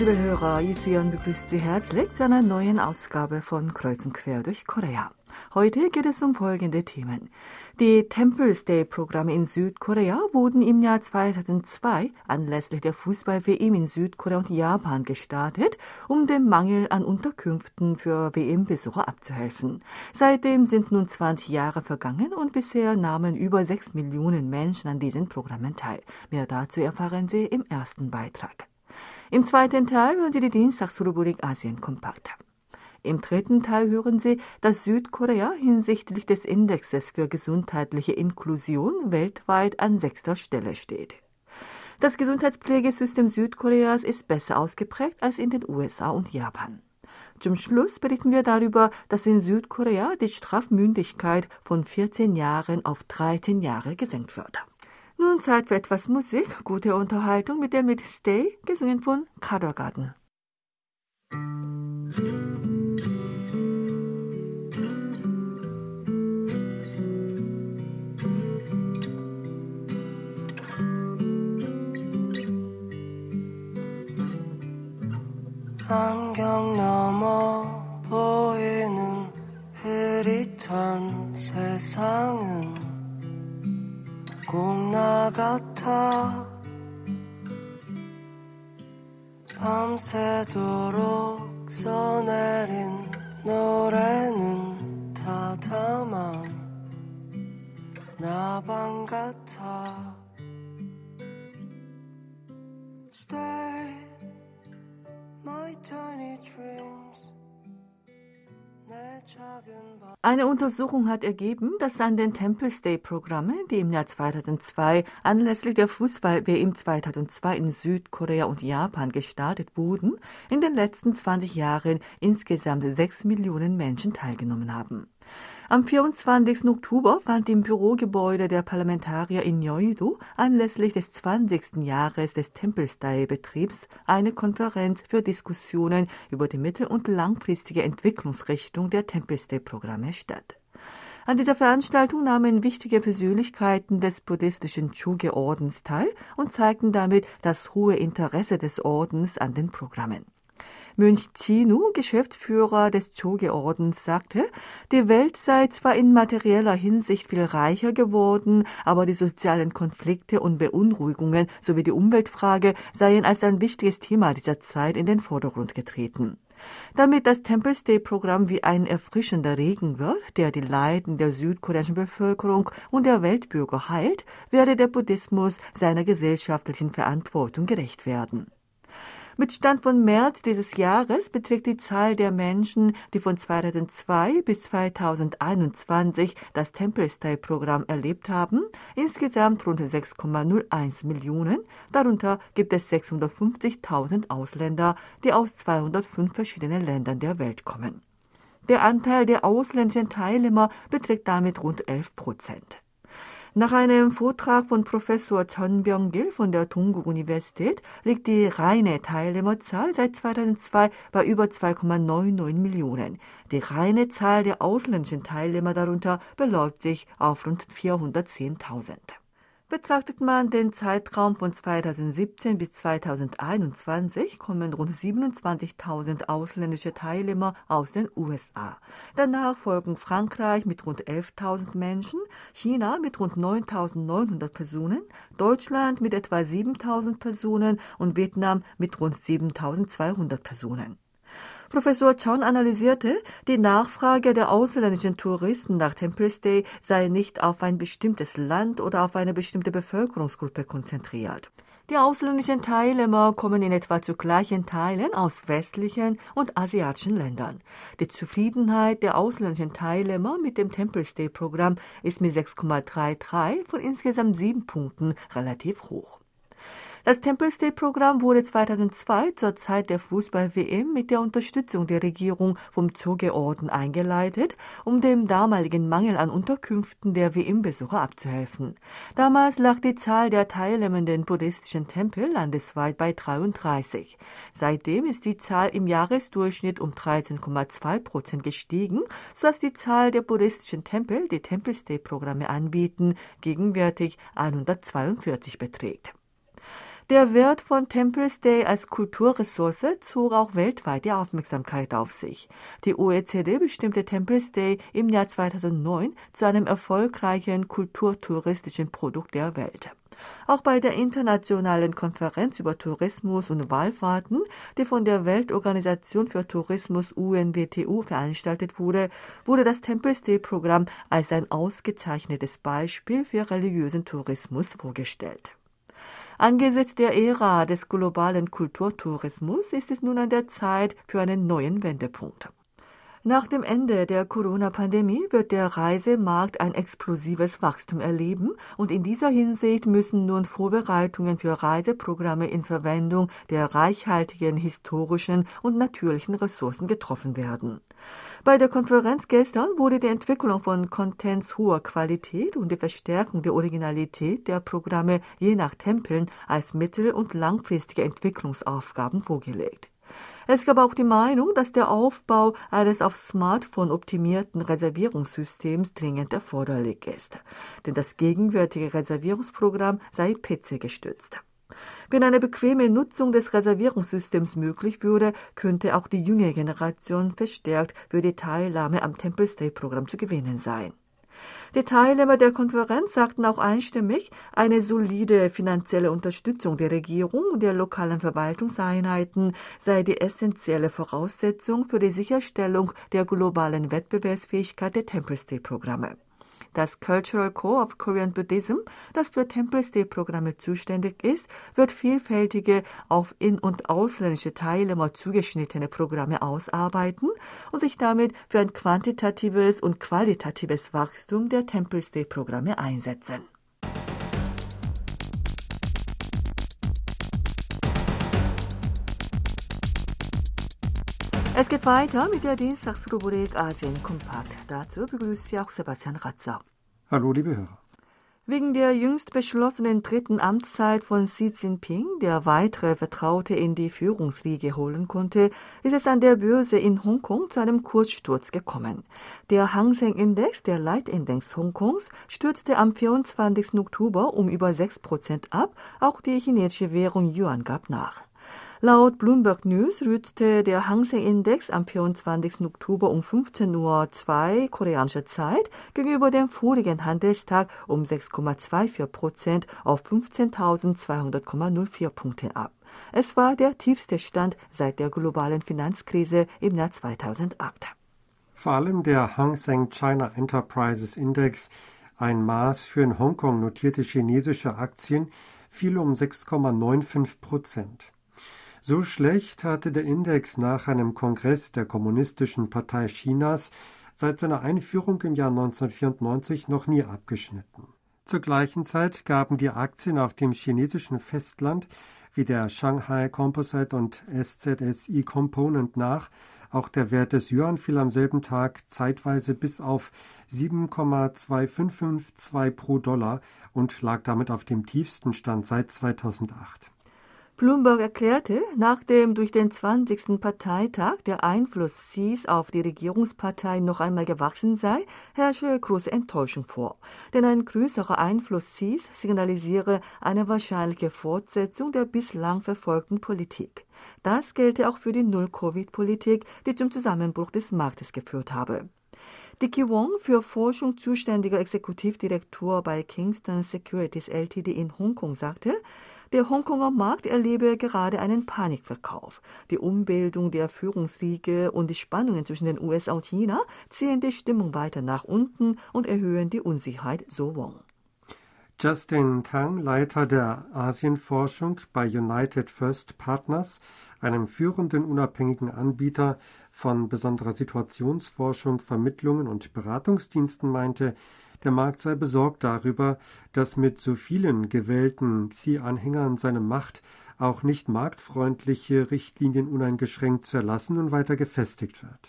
liebe Hörer, Isuyeon begrüßt Sie herzlich zu einer neuen Ausgabe von Kreuz und Quer durch Korea. Heute geht es um folgende Themen. Die Temple's Day-Programme in Südkorea wurden im Jahr 2002 anlässlich der Fußball-WM in Südkorea und Japan gestartet, um dem Mangel an Unterkünften für WM-Besucher abzuhelfen. Seitdem sind nun 20 Jahre vergangen und bisher nahmen über 6 Millionen Menschen an diesen Programmen teil. Mehr dazu erfahren Sie im ersten Beitrag. Im zweiten Teil hören Sie die Dienstagsrubrik Asien kompakt. Im dritten Teil hören Sie, dass Südkorea hinsichtlich des Indexes für gesundheitliche Inklusion weltweit an 6. Stelle steht. Das Gesundheitspflegesystem Südkoreas ist besser ausgeprägt als in den USA und Japan. Zum Schluss berichten wir darüber, dass in Südkorea die Strafmündigkeit von 14 Jahren auf 13 Jahre gesenkt wird. Nun Zeit für etwas Musik, gute Unterhaltung mit der mit Stay, gesungen von Kadergarten. 안경 너머 보이는 흐릿한 세상은 꼭 나 같아 밤새도록 써내린 노래는 다 담아 나방 같아 Stay my tiny dreams 내 작은 Eine Untersuchung hat ergeben, dass an den Temple's Day-Programmen, die im Jahr 2002 anlässlich der Fußball-WM 2002 in Südkorea und Japan gestartet wurden, in den letzten 20 Jahren insgesamt 6 Millionen Menschen teilgenommen haben. Am 24. Oktober fand im Bürogebäude der Parlamentarier in Yeouido anlässlich des 20. Jahres des Temple's Day-Betriebs eine Konferenz für Diskussionen über die mittel- und langfristige Entwicklungsrichtung der Temple's Day-Programme statt. An dieser Veranstaltung nahmen wichtige Persönlichkeiten des buddhistischen Choge-Ordens teil und zeigten damit das hohe Interesse des Ordens an den Programmen. Mönch Chinu, Geschäftsführer des Choge-Ordens, sagte, die Welt sei zwar in materieller Hinsicht viel reicher geworden, aber die sozialen Konflikte und Beunruhigungen sowie die Umweltfrage seien als ein wichtiges Thema dieser Zeit in den Vordergrund getreten. Damit das Temple's Day-Programm wie ein erfrischender Regen wird, der die Leiden der südkoreanischen Bevölkerung und der Weltbürger heilt, werde der Buddhismus seiner gesellschaftlichen Verantwortung gerecht werden. Mit Stand von März dieses Jahres beträgt die Zahl der Menschen, die von 2002 bis 2021 das Temple's Day-Programm erlebt haben, insgesamt rund 6,01 Millionen. Darunter gibt es 650.000 Ausländer, die aus 205 verschiedenen Ländern der Welt kommen. Der Anteil der ausländischen Teilnehmer beträgt damit rund 11%. Nach einem Vortrag von Professor Chon Byung-gil von der Dongguk-Universität liegt die reine Teilnehmerzahl seit 2002 bei über 2,99 Millionen. Die reine Zahl der ausländischen Teilnehmer darunter beläuft sich auf rund 410.000. Betrachtet man den Zeitraum von 2017 bis 2021, kommen rund 27.000 ausländische Teilnehmer aus den USA. Danach folgen Frankreich mit rund 11.000 Menschen, China mit rund 9.900 Personen, Deutschland mit etwa 7.000 Personen und Vietnam mit rund 7.200 Personen. Professor Chon analysierte, die Nachfrage der ausländischen Touristen nach Temple's Day sei nicht auf ein bestimmtes Land oder auf eine bestimmte Bevölkerungsgruppe konzentriert. Die ausländischen Teilnehmer kommen in etwa zu gleichen Teilen aus westlichen und asiatischen Ländern. Die Zufriedenheit der ausländischen Teilnehmer mit dem Temple's Day-Programm ist mit 6,33 von insgesamt 7 Punkten relativ hoch. Das Temple's Day-Programm wurde 2002 zur Zeit der Fußball-WM mit der Unterstützung der Regierung vom Choge-Orden eingeleitet, um dem damaligen Mangel an Unterkünften der WM-Besucher abzuhelfen. Damals lag die Zahl der teilnehmenden buddhistischen Tempel landesweit bei 33. Seitdem ist die Zahl im Jahresdurchschnitt um 13,2% gestiegen, sodass die Zahl der buddhistischen Tempel, die Temple's Day-Programme anbieten, gegenwärtig 142 beträgt. Der Wert von Temple's Day als Kulturressource zog auch weltweit die Aufmerksamkeit auf sich. Die OECD bestimmte Temple's Day im Jahr 2009 zu einem erfolgreichen kulturtouristischen Produkt der Welt. Auch bei der internationalen Konferenz über Tourismus und Wallfahrten, die von der Weltorganisation für Tourismus UNWTO veranstaltet wurde, wurde das Temple's Day-Programm als ein ausgezeichnetes Beispiel für religiösen Tourismus vorgestellt. Angesichts der Ära des globalen Kulturtourismus ist es nun an der Zeit für einen neuen Wendepunkt. Nach dem Ende der Corona-Pandemie wird der Reisemarkt ein explosives Wachstum erleben und in dieser Hinsicht müssen nun Vorbereitungen für Reiseprogramme in Verwendung der reichhaltigen historischen und natürlichen Ressourcen getroffen werden. Bei der Konferenz gestern wurde die Entwicklung von Contents hoher Qualität und die Verstärkung der Originalität der Programme je nach Tempeln als mittel- und langfristige Entwicklungsaufgaben vorgelegt. Es gab auch die Meinung, dass der Aufbau eines auf Smartphone optimierten Reservierungssystems dringend erforderlich ist, denn das gegenwärtige Reservierungsprogramm sei PC-gestützt. Wenn eine bequeme Nutzung des Reservierungssystems möglich würde, könnte auch die junge Generation verstärkt für die Teilnahme am Temple's Day-Programm zu gewinnen sein. Die Teilnehmer der Konferenz sagten auch einstimmig, eine solide finanzielle Unterstützung der Regierung und der lokalen Verwaltungseinheiten sei die essentielle Voraussetzung für die Sicherstellung der globalen Wettbewerbsfähigkeit der Temple's Day-Programme. Das Cultural Core of Korean Buddhism, das für Temple's Day-Programme zuständig ist, wird vielfältige, auf in- und ausländische Teilnehmer zugeschnittene Programme ausarbeiten und sich damit für ein quantitatives und qualitatives Wachstum der Temple's Day-Programme einsetzen. Es geht weiter mit der Dienstagsrubrik Asien Kompakt. Dazu begrüßt Sie auch Sebastian Ratzer. Hallo, liebe Hörer. Wegen der jüngst beschlossenen dritten Amtszeit von Xi Jinping, der weitere Vertraute in die Führungsriege holen konnte, ist es an der Börse in Hongkong zu einem Kurssturz gekommen. Der Hang Seng Index, der Leitindex Hongkongs, stürzte am 24. Oktober um über 6% ab, auch die chinesische Währung Yuan gab nach. Laut Bloomberg News rührte der Hang Seng Index am 24. Oktober um 15:02 Uhr koreanischer Zeit gegenüber dem vorigen Handelstag um 6,24% auf 15.200,04 Punkte ab. Es war der tiefste Stand seit der globalen Finanzkrise im Jahr 2008. Vor allem der Hang Seng China Enterprises Index, ein Maß für in Hongkong notierte chinesische Aktien, fiel um 6,95%. So schlecht hatte der Index nach einem Kongress der Kommunistischen Partei Chinas seit seiner Einführung im Jahr 1994 noch nie abgeschnitten. Zur gleichen Zeit gaben die Aktien auf dem chinesischen Festland wie der Shanghai Composite und SZSI Component nach. Auch der Wert des Yuan fiel am selben Tag zeitweise bis auf 7,2552 pro Dollar und lag damit auf dem tiefsten Stand seit 2008. Bloomberg erklärte, nachdem durch den 20. Parteitag der Einfluss Xis auf die Regierungspartei noch einmal gewachsen sei, herrsche große Enttäuschung vor. Denn ein größerer Einfluss Xis signalisiere eine wahrscheinliche Fortsetzung der bislang verfolgten Politik. Das gelte auch für die Null-Covid-Politik, die zum Zusammenbruch des Marktes geführt habe. Dickie Wong, für Forschung zuständiger Exekutivdirektor bei Kingston Securities Ltd. In Hongkong, sagte, der Hongkonger Markt erlebe gerade einen Panikverkauf. Die Umbildung der Führungsriege und die Spannungen zwischen den USA und China ziehen die Stimmung weiter nach unten und erhöhen die Unsicherheit, so Wong. Justin Tang, Leiter der Asienforschung bei United First Partners, einem führenden unabhängigen Anbieter von besonderer Situationsforschung, Vermittlungen und Beratungsdiensten, meinte, der Markt sei besorgt darüber, dass mit so vielen gewählten Xi-Anhängern seine Macht auch nicht marktfreundliche Richtlinien uneingeschränkt zu erlassen und weiter gefestigt wird.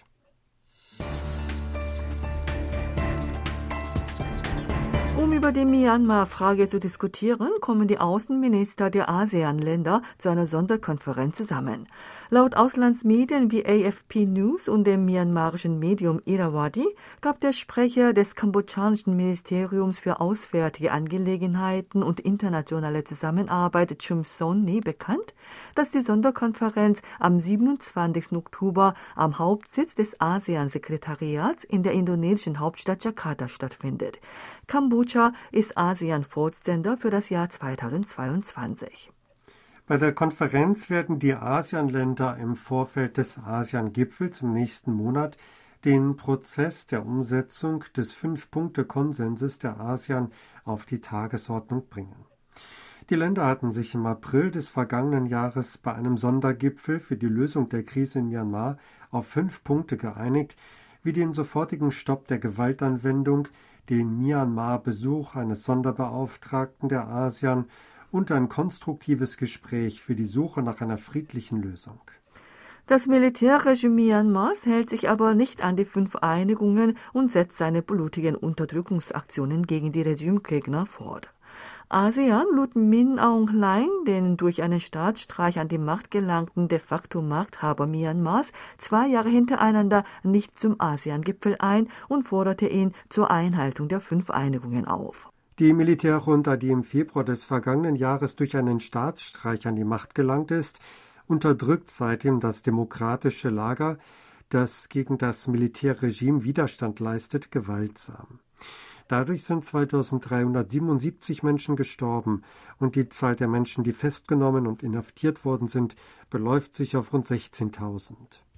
Um über die Myanmar-Frage zu diskutieren, kommen die Außenminister der ASEAN-Länder zu einer Sonderkonferenz zusammen. Laut Auslandsmedien wie AFP News und dem myanmarischen Medium Irrawaddy gab der Sprecher des kambodschanischen Ministeriums für Auswärtige Angelegenheiten und internationale Zusammenarbeit Chum Sonni bekannt, dass die Sonderkonferenz am 27. Oktober am Hauptsitz des ASEAN-Sekretariats in der indonesischen Hauptstadt Jakarta stattfindet. Kambodscha ist ASEAN-Vorsitzender für das Jahr 2022. Bei der Konferenz werden die ASEAN-Länder im Vorfeld des ASEAN-Gipfels im nächsten Monat den Prozess der Umsetzung des 5-Punkte-Konsenses der ASEAN auf die Tagesordnung bringen. Die Länder hatten sich im April des vergangenen Jahres bei einem Sondergipfel für die Lösung der Krise in Myanmar auf 5 Punkte geeinigt, wie den sofortigen Stopp der Gewaltanwendung, den Myanmar-Besuch eines Sonderbeauftragten der ASEAN und ein konstruktives Gespräch für die Suche nach einer friedlichen Lösung. Das Militärregime Myanmars hält sich aber nicht an die 5 Einigungen und setzt seine blutigen Unterdrückungsaktionen gegen die Regimegegner fort. ASEAN lud Min Aung Hlaing, den durch einen Staatsstreich an die Macht gelangten de facto Machthaber Myanmars, 2 Jahre hintereinander nicht zum ASEAN-Gipfel ein und forderte ihn zur Einhaltung der 5 Einigungen auf. Die Militärjunta, die im Februar des vergangenen Jahres durch einen Staatsstreich an die Macht gelangt ist, unterdrückt seitdem das demokratische Lager, das gegen das Militärregime Widerstand leistet, gewaltsam. Dadurch sind 2377 Menschen gestorben und die Zahl der Menschen, die festgenommen und inhaftiert worden sind, beläuft sich auf rund 16.000.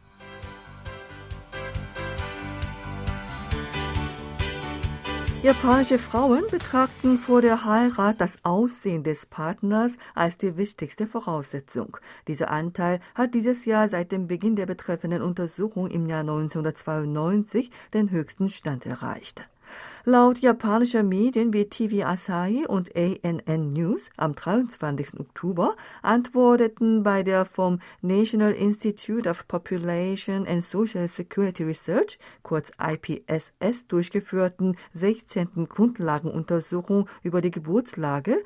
Japanische Frauen betrachten vor der Heirat das Aussehen des Partners als die wichtigste Voraussetzung. Dieser Anteil hat dieses Jahr seit dem Beginn der betreffenden Untersuchung im Jahr 1992 den höchsten Stand erreicht. Laut japanischer Medien wie TV Asahi und ANN News am 23. Oktober antworteten bei der vom National Institute of Population and Social Security Research, kurz IPSS, durchgeführten 16. Grundlagenuntersuchung über die Geburtslage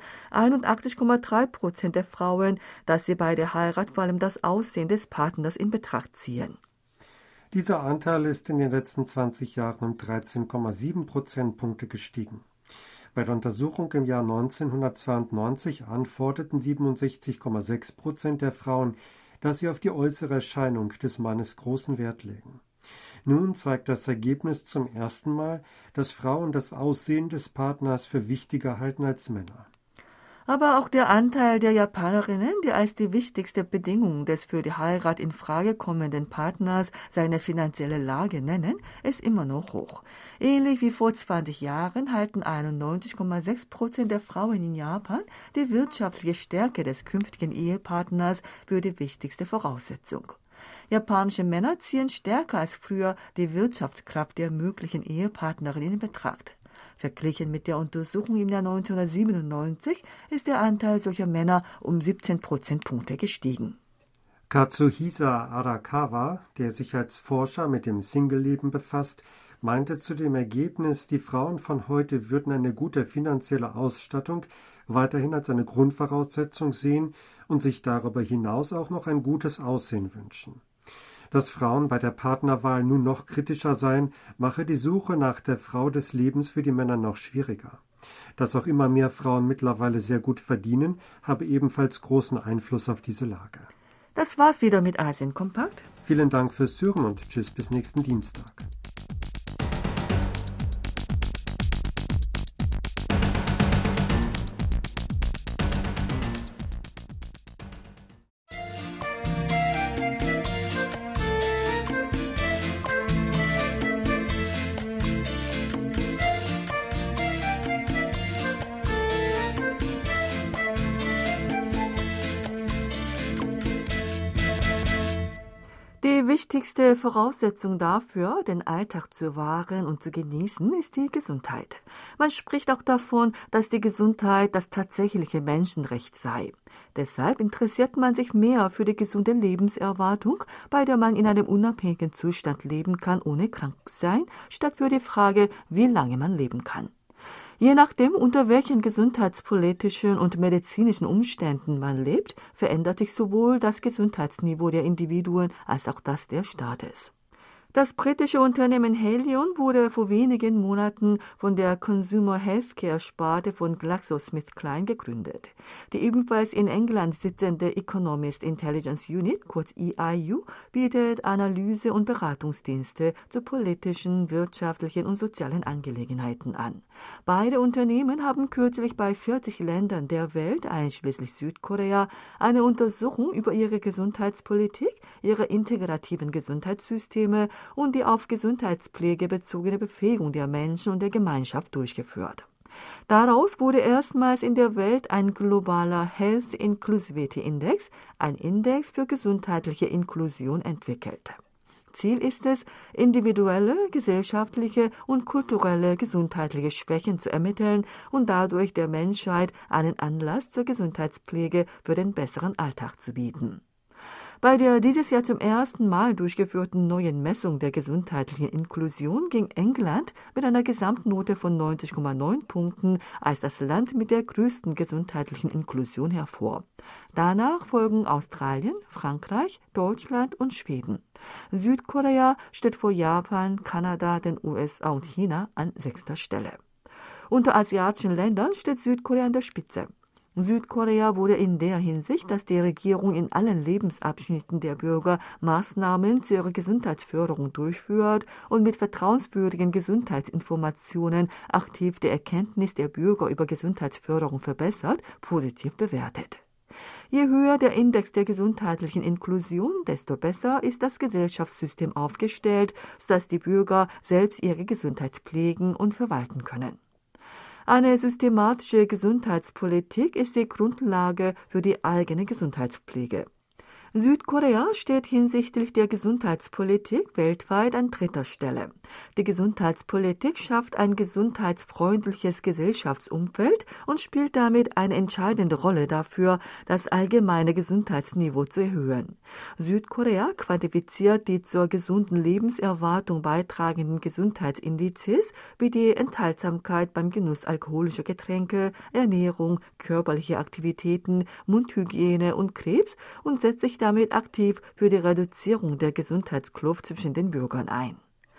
81,3% der Frauen, dass sie bei der Heirat vor allem das Aussehen des Partners in Betracht ziehen. Dieser Anteil ist in den letzten 20 Jahren um 13,7 Prozentpunkte gestiegen. Bei der Untersuchung im Jahr 1992 antworteten 67,6% der Frauen, dass sie auf die äußere Erscheinung des Mannes großen Wert legen. Nun zeigt das Ergebnis zum ersten Mal, dass Frauen das Aussehen des Partners für wichtiger halten als Männer. Aber auch der Anteil der Japanerinnen, die als die wichtigste Bedingung des für die Heirat in Frage kommenden Partners seine finanzielle Lage nennen, ist immer noch hoch. Ähnlich wie vor 20 Jahren halten 91,6% der Frauen in Japan die wirtschaftliche Stärke des künftigen Ehepartners für die wichtigste Voraussetzung. Japanische Männer ziehen stärker als früher die Wirtschaftskraft der möglichen Ehepartnerin in Betracht. Verglichen mit der Untersuchung im Jahr 1997 ist der Anteil solcher Männer um 17 Prozentpunkte gestiegen. Katsuhisa Arakawa, der sich als Forscher mit dem Single-Leben befasst, meinte zu dem Ergebnis, die Frauen von heute würden eine gute finanzielle Ausstattung weiterhin als eine Grundvoraussetzung sehen und sich darüber hinaus auch noch ein gutes Aussehen wünschen. Dass Frauen bei der Partnerwahl nun noch kritischer seien, mache die Suche nach der Frau des Lebens für die Männer noch schwieriger. Dass auch immer mehr Frauen mittlerweile sehr gut verdienen, habe ebenfalls großen Einfluss auf diese Lage. Das war's wieder mit Asien Kompakt. Vielen Dank fürs Zuhören und tschüss bis nächsten Dienstag. Die wichtigste Voraussetzung dafür, den Alltag zu wahren und zu genießen, ist die Gesundheit. Man spricht auch davon, dass die Gesundheit das tatsächliche Menschenrecht sei. Deshalb interessiert man sich mehr für die gesunde Lebenserwartung, bei der man in einem unabhängigen Zustand leben kann, ohne krank zu sein, statt für die Frage, wie lange man leben kann. Je nachdem, unter welchen gesundheitspolitischen und medizinischen Umständen man lebt, verändert sich sowohl das Gesundheitsniveau der Individuen als auch das der Staates. Das britische Unternehmen Haleon wurde vor wenigen Monaten von der Consumer Healthcare-Sparte von GlaxoSmithKline gegründet. Die ebenfalls in England sitzende Economist Intelligence Unit, kurz EIU, bietet Analyse- und Beratungsdienste zu politischen, wirtschaftlichen und sozialen Angelegenheiten an. Beide Unternehmen haben kürzlich bei 40 Ländern der Welt, einschließlich Südkorea, eine Untersuchung über ihre Gesundheitspolitik, ihre integrativen Gesundheitssysteme und die auf Gesundheitspflege bezogene Befähigung der Menschen und der Gemeinschaft durchgeführt. Daraus wurde erstmals in der Welt ein globaler Health Inclusivity Index, ein Index für gesundheitliche Inklusion, entwickelt. Ziel ist es, individuelle, gesellschaftliche und kulturelle gesundheitliche Schwächen zu ermitteln und dadurch der Menschheit einen Anlass zur Gesundheitspflege für den besseren Alltag zu bieten. Bei der dieses Jahr zum ersten Mal durchgeführten neuen Messung der gesundheitlichen Inklusion ging England mit einer Gesamtnote von 90,9 Punkten als das Land mit der größten gesundheitlichen Inklusion hervor. Danach folgen Australien, Frankreich, Deutschland und Schweden. Südkorea steht vor Japan, Kanada, den USA und China an 6. Stelle. Unter asiatischen Ländern steht Südkorea an der Spitze. Südkorea wurde in der Hinsicht, dass die Regierung in allen Lebensabschnitten der Bürger Maßnahmen zu ihrer Gesundheitsförderung durchführt und mit vertrauenswürdigen Gesundheitsinformationen aktiv die Erkenntnis der Bürger über Gesundheitsförderung verbessert, positiv bewertet. Je höher der Index der gesundheitlichen Inklusion, desto besser ist das Gesellschaftssystem aufgestellt, sodass die Bürger selbst ihre Gesundheit pflegen und verwalten können. Eine systematische Gesundheitspolitik ist die Grundlage für die eigene Gesundheitspflege. Südkorea steht hinsichtlich der Gesundheitspolitik weltweit an 3. Stelle. Die Gesundheitspolitik schafft ein gesundheitsfreundliches Gesellschaftsumfeld und spielt damit eine entscheidende Rolle dafür, das allgemeine Gesundheitsniveau zu erhöhen. Südkorea quantifiziert die zur gesunden Lebenserwartung beitragenden Gesundheitsindizes wie die Enthaltsamkeit beim Genuss alkoholischer Getränke, Ernährung, körperliche Aktivitäten, Mundhygiene und Krebs und setzt sich damit aktiv für die Reduzierung der Gesundheitskluft zwischen den Bürgern ein.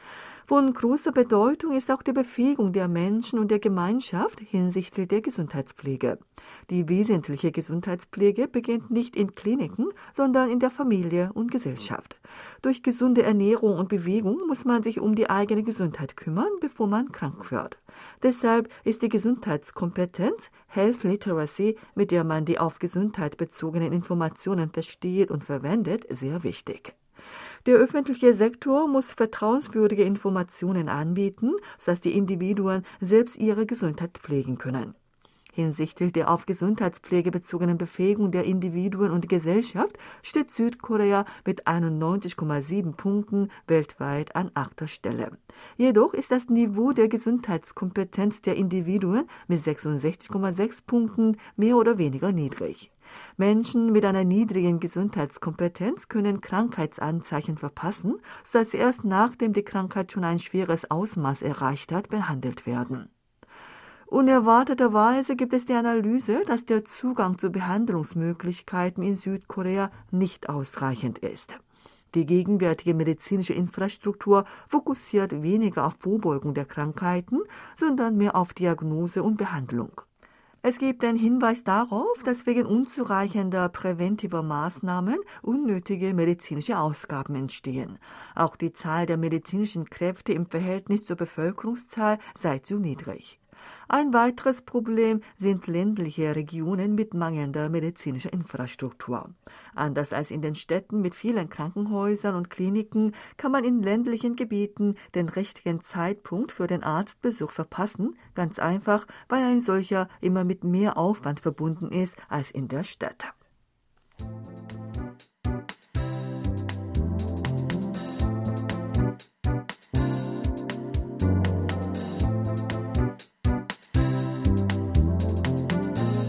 Von großer Bedeutung ist auch die Befähigung der Menschen und der Gemeinschaft hinsichtlich der Gesundheitspflege. Die wesentliche Gesundheitspflege beginnt nicht in Kliniken, sondern in der Familie und Gesellschaft. Durch gesunde Ernährung und Bewegung muss man sich um die eigene Gesundheit kümmern, bevor man krank wird. Deshalb ist die Gesundheitskompetenz, Health Literacy, mit der man die auf Gesundheit bezogenen Informationen versteht und verwendet, sehr wichtig. Der öffentliche Sektor muss vertrauenswürdige Informationen anbieten, sodass die Individuen selbst ihre Gesundheit pflegen können. Hinsichtlich der auf Gesundheitspflege bezogenen Befähigung der Individuen und Gesellschaft steht Südkorea mit 91,7 Punkten weltweit an 8. Stelle. Jedoch ist das Niveau der Gesundheitskompetenz der Individuen mit 66,6 Punkten mehr oder weniger niedrig. Menschen mit einer niedrigen Gesundheitskompetenz können Krankheitsanzeichen verpassen, sodass sie erst nachdem die Krankheit schon ein schweres Ausmaß erreicht hat, behandelt werden. Unerwarteterweise gibt es die Analyse, dass der Zugang zu Behandlungsmöglichkeiten in Südkorea nicht ausreichend ist. Die gegenwärtige medizinische Infrastruktur fokussiert weniger auf Vorbeugung der Krankheiten, sondern mehr auf Diagnose und Behandlung. Es gibt den Hinweis darauf, dass wegen unzureichender präventiver Maßnahmen unnötige medizinische Ausgaben entstehen. Auch die Zahl der medizinischen Kräfte im Verhältnis zur Bevölkerungszahl sei zu niedrig. Ein weiteres Problem sind ländliche Regionen mit mangelnder medizinischer Infrastruktur. Anders als in den Städten mit vielen Krankenhäusern und Kliniken kann man in ländlichen Gebieten den richtigen Zeitpunkt für den Arztbesuch verpassen, ganz einfach, weil ein solcher immer mit mehr Aufwand verbunden ist als in der Stadt. Die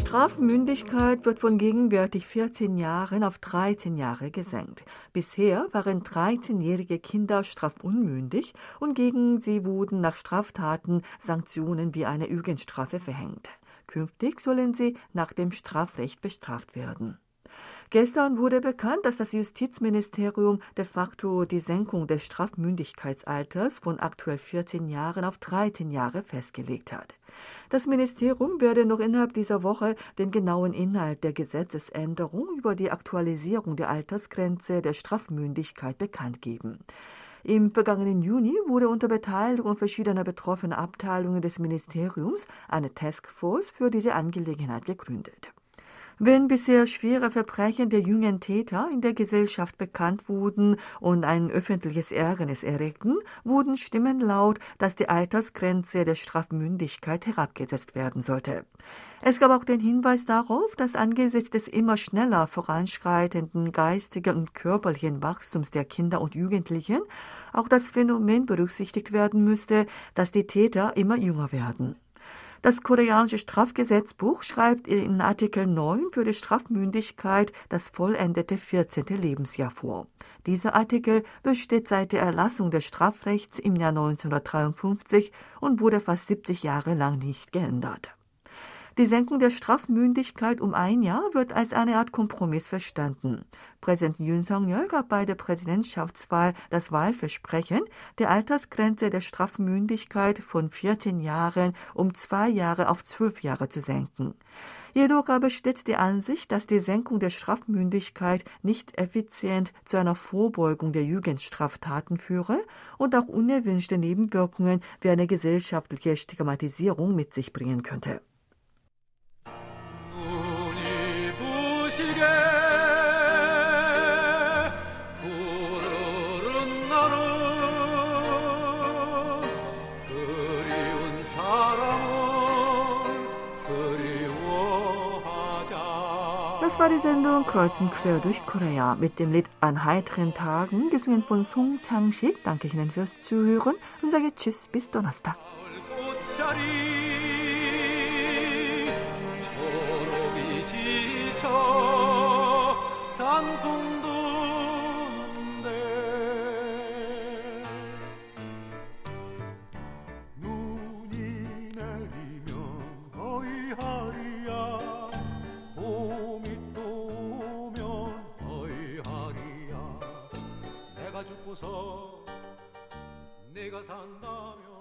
Strafmündigkeit wird von gegenwärtig 14 Jahren auf 13 Jahre gesenkt. Bisher waren 13-jährige Kinder strafunmündig und gegen sie wurden nach Straftaten Sanktionen wie eine Jugendstrafe verhängt. Künftig sollen sie nach dem Strafrecht bestraft werden. Gestern wurde bekannt, dass das Justizministerium de facto die Senkung des Strafmündigkeitsalters von aktuell 14 Jahren auf 13 Jahre festgelegt hat. Das Ministerium werde noch innerhalb dieser Woche den genauen Inhalt der Gesetzesänderung über die Aktualisierung der Altersgrenze der Strafmündigkeit bekannt geben. Im vergangenen Juni wurde unter Beteiligung verschiedener betroffener Abteilungen des Ministeriums eine Taskforce für diese Angelegenheit gegründet. Wenn bisher schwere Verbrechen der jungen Täter in der Gesellschaft bekannt wurden und ein öffentliches Ärgernis erregten, wurden Stimmen laut, dass die Altersgrenze der Strafmündigkeit herabgesetzt werden sollte. Es gab auch den Hinweis darauf, dass angesichts des immer schneller voranschreitenden geistigen und körperlichen Wachstums der Kinder und Jugendlichen auch das Phänomen berücksichtigt werden müsste, dass die Täter immer jünger werden. Das koreanische Strafgesetzbuch schreibt in Artikel 9 für die Strafmündigkeit das vollendete 14. Lebensjahr vor. Dieser Artikel besteht seit der Erlassung des Strafrechts im Jahr 1953 und wurde fast 70 Jahre lang nicht geändert. Die Senkung der Strafmündigkeit um ein Jahr wird als eine Art Kompromiss verstanden. Präsident Yoon Suk-yeol gab bei der Präsidentschaftswahl das Wahlversprechen, die Altersgrenze der Strafmündigkeit von 14 Jahren um 2 Jahre auf 12 Jahre zu senken. Jedoch gab es stets die Ansicht, dass die Senkung der Strafmündigkeit nicht effizient zu einer Vorbeugung der Jugendstraftaten führe und auch unerwünschte Nebenwirkungen wie eine gesellschaftliche Stigmatisierung mit sich bringen könnte. Das war die Sendung Kreuz und Quer durch Korea mit dem Lied An heiteren Tagen, gesungen von Song Chang-sik. Danke Ihnen fürs Zuhören und sage Tschüss, bis Donnerstag. 내가 산다면